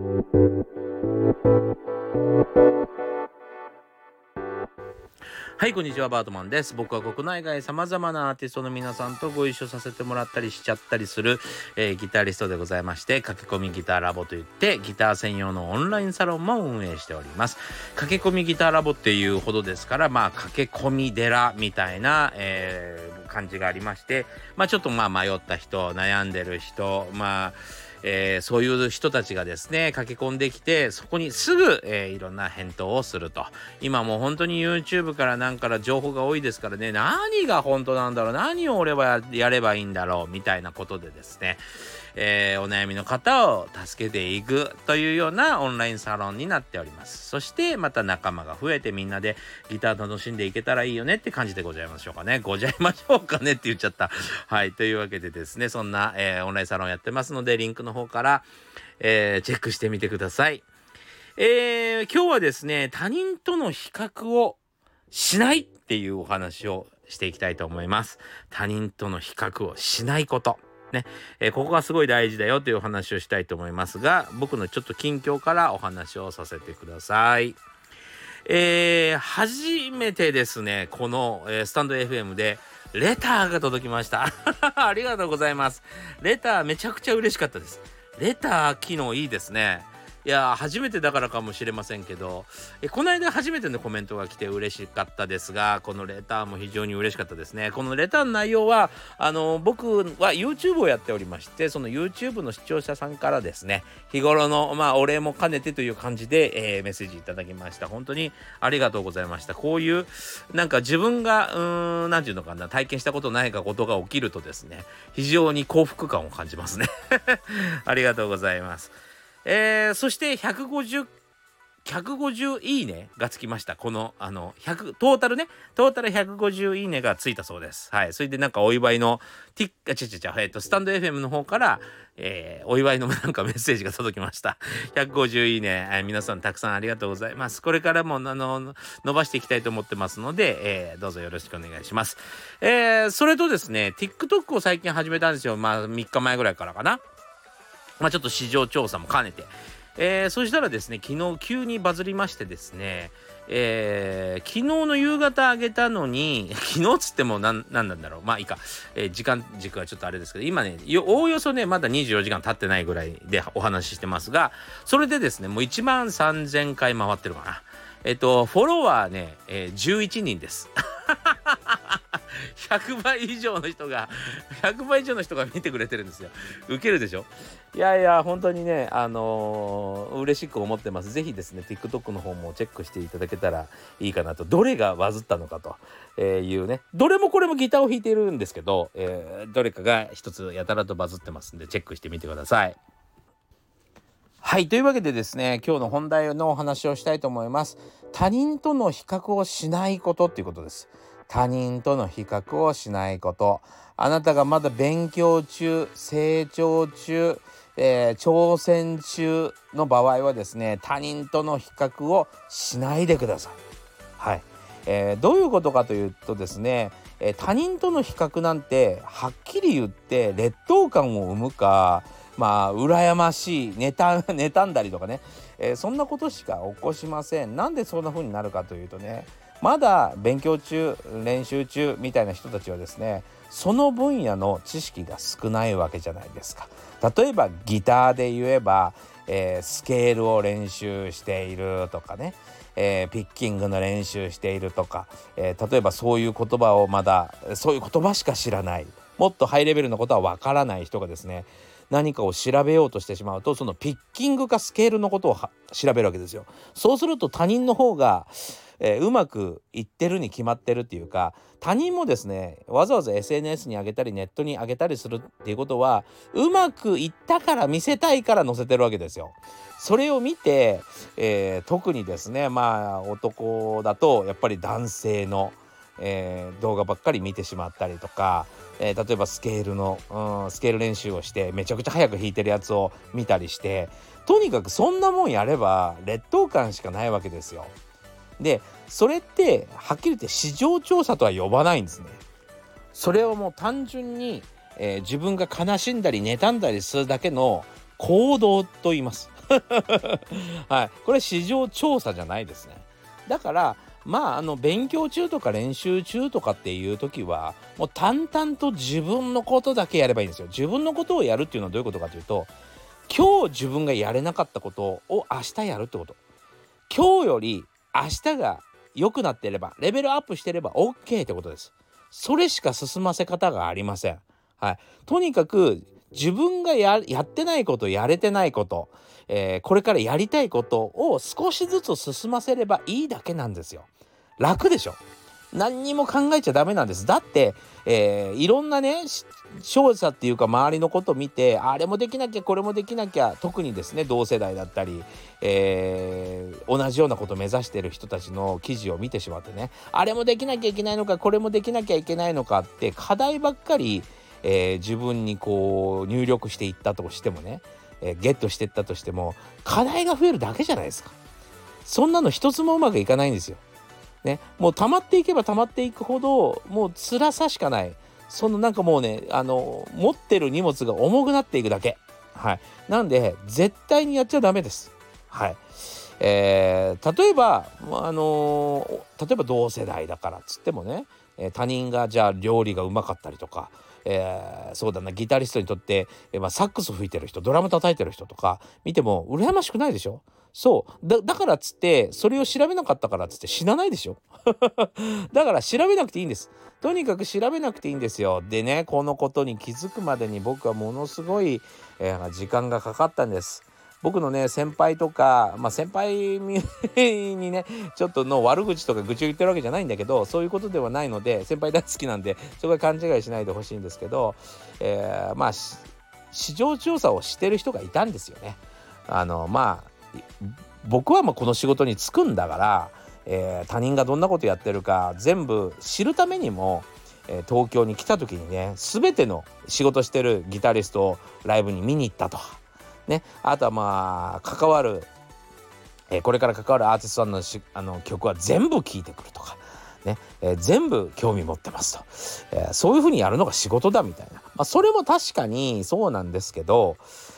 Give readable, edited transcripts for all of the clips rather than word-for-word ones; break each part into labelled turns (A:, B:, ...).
A: はい、こんにちは、バートマンです。僕は国内外様々なアーティストの皆さんとご一緒させてもらったりしちゃったりする、ギタリストでございまして、駆け込みギターラボといってギター専用のオンラインサロンも運営しております。駆け込みギターラボっていうほどですから、駆け込み寺みたいな、感じがありまして、ちょっと迷った人、悩んでる人、そういう人たちがですね駆け込んできて、そこにすぐ、いろんな返答をすると。今もう本当に YouTube からなんから情報が多いですからね、何が本当なんだろう、何を俺はやればいいんだろうみたいなことでですね、お悩みの方を助けていくというようなオンラインサロンになっております。そしてまた仲間が増えて、みんなでギター楽しんでいけたらいいよねって感じでございましょうかね。ごじゃいましょうかねって言っちゃった。はい、というわけでですね、そんな、オンラインサロンやってますので、リンクの方から、チェックしてみてください。今日はですね、他人との比較をしないっていうお話をしていきたいと思います。他人との比較をしないことね、ここがすごい大事だよというお話をしたいと思いますが、僕のちょっと近況からお話をさせてください。初めてですね、この、スタンド FM でレターが届きましたありがとうございます。レターめちゃくちゃ嬉しかったです。レター機能いいですね。いや初めてだからかもしれませんけど、この間初めてのコメントが来て嬉しかったですが、このレターも非常に嬉しかったですね。このレターの内容は僕は YouTube をやっておりまして、その YouTube の視聴者さんからですね、日頃のお礼も兼ねてという感じで、メッセージいただきました。本当にありがとうございました。こういうなんか自分がなんていうのかな、体験したことないことが起きるとですね、非常に幸福感を感じますねありがとうございます。そして150いいねがつきました。この100トータル150いいねがついたそうです。はい。それでなんかお祝いのスタンド FM の方から、お祝いのなんかメッセージが届きました。150いいね、皆さんたくさんありがとうございます。これからも伸ばしていきたいと思ってますので、どうぞよろしくお願いします。それとですね、TikTok を最近始めたんですよ。3日前ぐらいからかな。ちょっと市場調査も兼ねて、そしたらですね、昨日急にバズりましてですね、昨日の夕方上げたのに昨日つっても何なんだろう、いいか、時間軸はちょっとあれですけど、今ねおおよそねまだ24時間経ってないぐらいでお話ししてますが、それでですね、もう1万3000回回ってるかな。フォロワーね、11人です100倍以上の人が見てくれてるんですよ。ウケるでしょ。いやいや本当にね嬉しく思ってます。ぜひですね TikTok の方もチェックしていただけたらいいかなと。どれがバズったのかというね、どれもこれもギターを弾いてるんですけど、どれかが一つやたらとバズってますんで、チェックしてみてください。はい、というわけでですね、今日の本題のお話をしたいと思います。他人との比較をしないことっていうことです。他人との比較をしないこと。あなたがまだ勉強中、成長中、挑戦中の場合はですね、他人との比較をしないでください。はい。どういうことかというとですね、他人との比較なんてはっきり言って劣等感を生むか、羨ましい、妬んだりとかね、そんなことしか起こしません。なんでそんな風になるかというとね、まだ勉強中、練習中みたいな人たちはですね、その分野の知識が少ないわけじゃないですか。例えばギターで言えば、スケールを練習しているとかね、ピッキングの練習しているとか、例えばそういう言葉をそういう言葉しか知らない、もっとハイレベルなことはわからない人がですね、何かを調べようとしてしまうと、そのピッキングかスケールのことを調べるわけですよ。そうすると他人の方が、うまくいってるに決まってるっていうか、他人もですねわざわざ SNS に上げたりネットに上げたりするっていうことは、うまくいったから見せたいから載せてるわけですよ。それを見て、特にですね男だとやっぱり男性の、動画ばっかり見てしまったりとか、例えばスケール練習をしてめちゃくちゃ早く弾いてるやつを見たりして、とにかくそんなもんやれば劣等感しかないわけですよ。でそれってはっきり言って市場調査とは呼ばないんですね。それをもう単純に、自分が悲しんだり妬んだりするだけの行動と言いますはい、これ市場調査じゃないですね。だから勉強中とか練習中とかっていう時はもう淡々と自分のことだけやればいいんですよ。自分のことをやるっていうのはどういうことかというと、今日自分がやれなかったことを明日やるってこと。今日より明日が良くなっていれば、レベルアップしていれば OK ってことです。それしか進ませ方がありません。はい、とにかく自分がやってないこと、やれてないこと、これからやりたいことを少しずつ進ませればいいだけなんですよ。楽でしょ。何にも考えちゃダメなんです。だって、いろんなね調査っていうか周りのことを見て、あれもできなきゃこれもできなきゃ、特にですね同世代だったり、同じようなことを目指している人たちの記事を見てしまってね、あれもできなきゃいけないのかこれもできなきゃいけないのかって課題ばっかり、自分にこう入力していったとしてもね、ゲットしていったとしても課題が増えるだけじゃないですか。そんなの一つもうまくいかないんですよ。ね、もう溜まっていけば溜まっていくほどもう辛さしかない。そのなんかもうね持ってる荷物が重くなっていくだけ。はい、なんで絶対にやっちゃダメです。はい、例えば同世代だからっつってもね、他人がじゃあ料理がうまかったりとか、そうだなギタリストにとって、サックス吹いてる人、ドラム叩いてる人とか見ても羨ましくないでしょ。そうだからっつってそれを調べなかったからっつって死なないでしょ。だから調べなくていいんです。とにかく調べなくていいんですよ。でね、このことに気づくまでに僕はものすごい、時間がかかったんです。僕のね先輩とか、先輩にねちょっとの悪口とか愚痴を言ってるわけじゃないんだけど、そういうことではないので、先輩大好きなんでそこは勘違いしないでほしいんですけど、市場調査をしてる人がいたんですよね。僕はこの仕事に就くんだから、他人がどんなことやってるか全部知るためにも、東京に来た時にね全ての仕事してるギタリストをライブに見に行ったとかね、あとは関わる、これから関わるアーティストさんの曲は全部聴いてくるとかね、全部興味持ってますと、そういう風にやるのが仕事だみたいな、それも確かにそうなんですけど、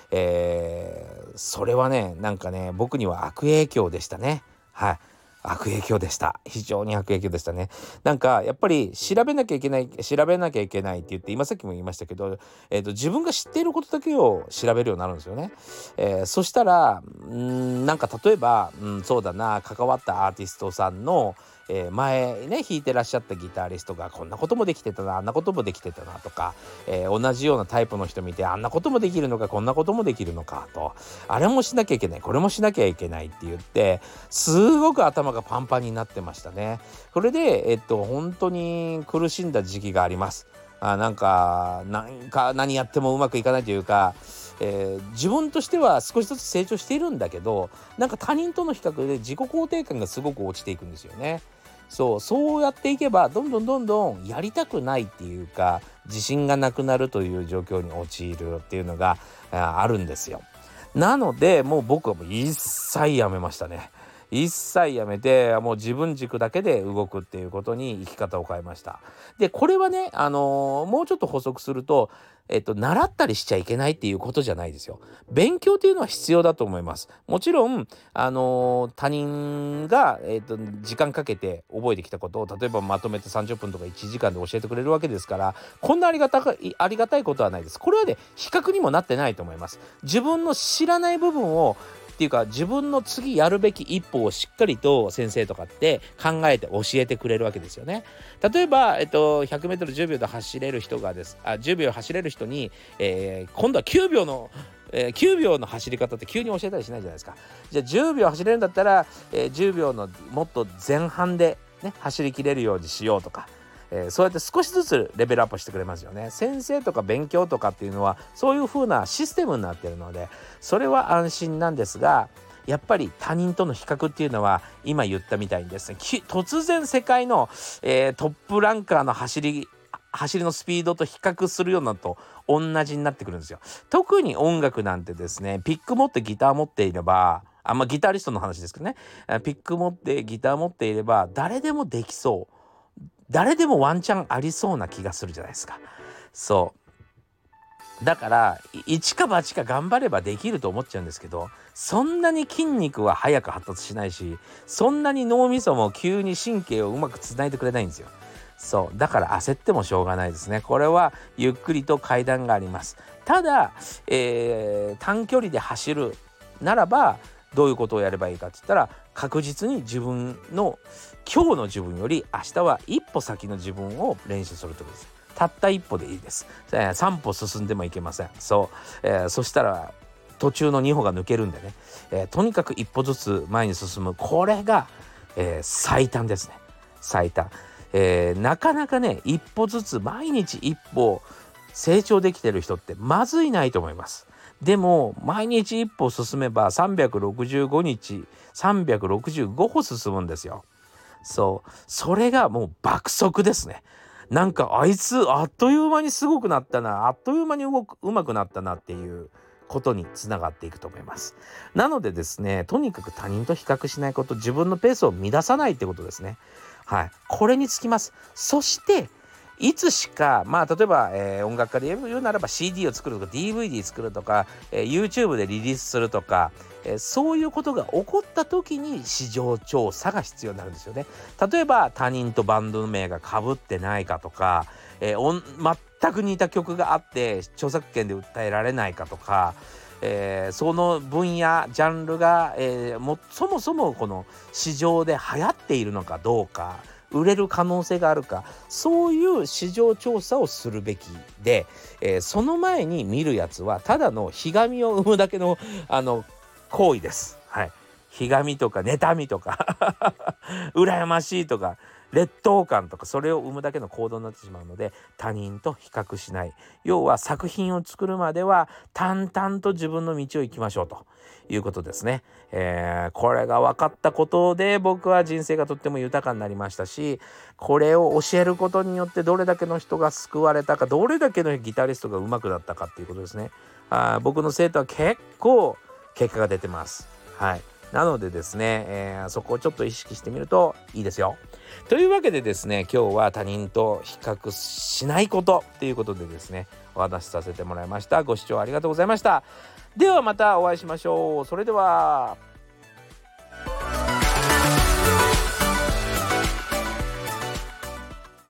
A: それはねなんかね僕には悪影響でしたね。はい、悪影響でした。非常に悪影響でしたね。なんかやっぱり調べなきゃいけないって言って、今さっきも言いましたけど、自分が知っていることだけを調べるようになるんですよね。そしたらなんか例えば、そうだな関わったアーティストさんの、前ね弾いてらっしゃったギタリストがこんなこともできてたな、あんなこともできてたなとか、同じようなタイプの人見て、あんなこともできるのかこんなこともできるのかと、あれもしなきゃいけないこれもしなきゃいけないって言って、すごく頭がパンパンになってましたね。それで本当に苦しんだ時期があります。なんか何やってもうまくいかないというか、自分としては少しずつ成長しているんだけど、なんか他人との比較で自己肯定感がすごく落ちていくんですよね。そうやっていけばどんどんやりたくないっていうか、自信がなくなるという状況に陥るっていうのがあるんですよ。なのでもう僕はもう一切やめましたね。一切やめてもう自分軸だけで動くっていうことに生き方を変えました。でこれはね、もうちょっと補足すると、習ったりしちゃいけないっていうことじゃないですよ。勉強っていうのは必要だと思います。もちろん他人が、時間かけて覚えてきたことを例えばまとめて30分とか1時間で教えてくれるわけですから、こんなありがたいことはないです。これはね比較にもなってないと思います。自分の知らない部分をっていうか、自分の次やるべき一歩をしっかりと先生とかって考えて教えてくれるわけですよね。例えば、100m10 秒で走れる人が10秒走れる人に、今度は9秒の9秒の走り方って急に教えたりしないじゃないですか。じゃあ10秒走れるんだったら、10秒のもっと前半で、ね、走りきれるようにしようとか、そうやって少しずつレベルアップしてくれますよね。先生とか勉強とかっていうのはそういう風なシステムになっているので、それは安心なんですが、やっぱり他人との比較っていうのは今言ったみたいにですね、突然世界の、トップランカーの走りのスピードと比較するようなと同じになってくるんですよ。特に音楽なんてですね、ピック持ってギター持っていればギタリストの話ですけどね、ピック持ってギター持っていれば誰でもできそう、誰でもワンチャンありそうな気がするじゃないですか。 だから一か八か頑張ればできると思っちゃうんですけど、そんなに筋肉は早く発達しないし、そんなに脳みそも急に神経をうまくつないでくれないんですよ。そうだから焦ってもしょうがないですね。これはゆっくりと階段があります。ただ、短距離で走るならばどういうことをやればいいかって言ったら、確実に自分の今日の自分より明日は一歩先の自分を練習するということです。たった一歩でいいです。3歩進んでもいけません。そしたら途中の2歩が抜けるんでね、とにかく一歩ずつ前に進む、これが、最短ですね。最短、なかなかね一歩ずつ毎日一歩成長できてる人ってまずいないと思います。でも毎日一歩進めば365日365歩進むんですよ。それがもう爆速ですね。なんかあいつあっという間にすごくなったな、あっという間にうまくなったなっていうことにつながっていくと思います。なのでですね、とにかく他人と比較しないこと、自分のペースを乱さないってことですね。はい、これにつきます。そしていつしか例えば、音楽家で言うならば CD を作るとか DVD 作るとか、YouTube でリリースするとか、そういうことが起こった時に市場調査が必要になるんですよね。例えば他人とバンド名が被ってないかとか、全く似た曲があって著作権で訴えられないかとか、その分野ジャンルが、そもそもこの市場で流行っているのかどうか、売れる可能性があるか、そういう市場調査をするべきで、その前に見るやつはただのひがみを生むだけの行為です。はい、ひがみとか妬みとか羨ましいとか劣等感とか、それを生むだけの行動になってしまうので、他人と比較しない。要は作品を作るまでは淡々と自分の道を行きましょうということですね。これが分かったことで僕は人生がとっても豊かになりましたし、これを教えることによってどれだけの人が救われたか、どれだけのギタリストが上手くなったかっていうことですね。僕の生徒は結構結果が出てます。はい、なのでですね、そこをちょっと意識してみるといいですよ。というわけでですね、今日は他人と比較しないことということでですね、お話しさせてもらいました。ご視聴ありがとうございました。ではまたお会いしましょう。それでは。